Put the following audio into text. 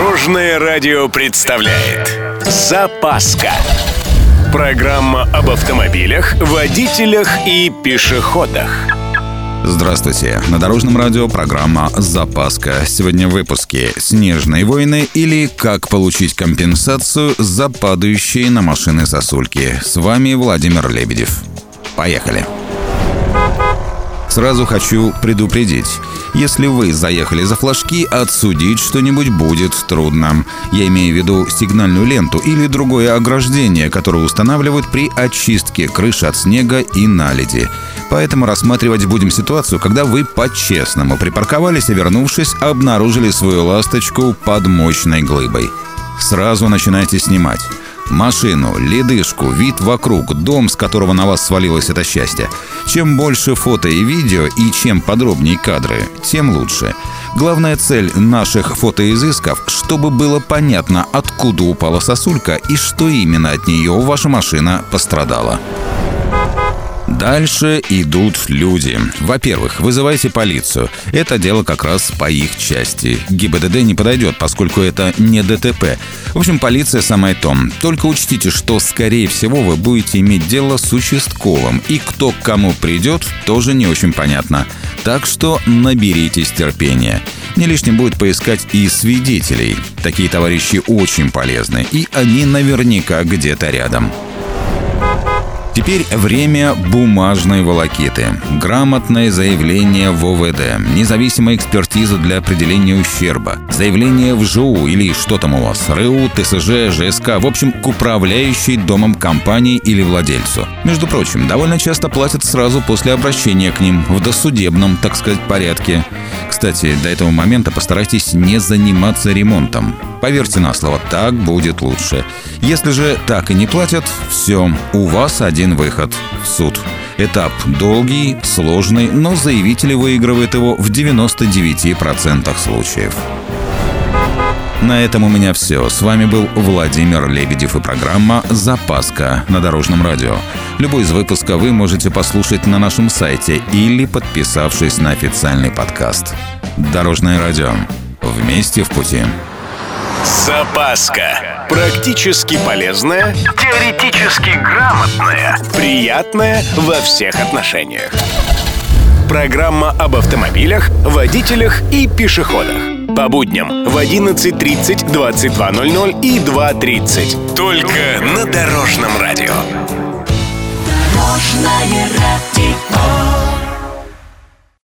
Дорожное радио представляет «Запаска». Программа об автомобилях, водителях и пешеходах. Здравствуйте. На Дорожном радио программа «Запаска». Сегодня в выпуске «Снежные войны» или «Как получить компенсацию за падающие на машины сосульки». С вами Владимир Лебедев. Поехали. Сразу хочу предупредить. Если вы заехали за флажки, отсудить что-нибудь будет трудно. Я имею в виду сигнальную ленту или другое ограждение, которое устанавливают при очистке крыши от снега и наледи. Поэтому рассматривать будем ситуацию, когда вы по-честному припарковались, а вернувшись, обнаружили свою ласточку под мощной глыбой. Сразу начинайте снимать. Машину, ледышку, вид вокруг, дом, с которого на вас свалилось это счастье. Чем больше фото и видео и чем подробнее кадры, тем лучше. Главная цель наших фотоизысков, чтобы было понятно, откуда упала сосулька и что именно от нее ваша машина пострадала. Дальше идут люди. Во-первых, вызывайте полицию. Это дело как раз по их части. ГИБДД не подойдет, поскольку это не ДТП. В общем, полиция самое то. Только учтите, что, скорее всего, вы будете иметь дело с участковым. И кто к кому придет, тоже не очень понятно. Так что наберитесь терпения. Не лишним будет поискать и свидетелей. Такие товарищи очень полезны. И они наверняка где-то рядом. Теперь время бумажной волокиты. Грамотное заявление в ОВД, независимая экспертиза для определения ущерба, заявление в ЖУ или что там у вас, РУ, ТСЖ, ЖСК, в общем, к управляющей домом компании или владельцу. Между прочим, довольно часто платят сразу после обращения к ним, в досудебном, так сказать, порядке. Кстати, до этого момента постарайтесь не заниматься ремонтом. Поверьте на слово, так будет лучше. Если же так и не платят, все, у вас один выход – в суд. Этап долгий, сложный, но заявители выигрывают его в 99% случаев. На этом у меня все. С вами был Владимир Лебедев и программа «Запаска» на Дорожном радио. Любой из выпусков вы можете послушать на нашем сайте или подписавшись на официальный подкаст. Дорожное радио. Вместе в пути. Запаска. Практически полезная, теоретически грамотная, приятная во всех отношениях. Программа об автомобилях, водителях и пешеходах. По будням в 11:30, 22:00 и 2:30. Только на Дорожном радио. Дорожное радио.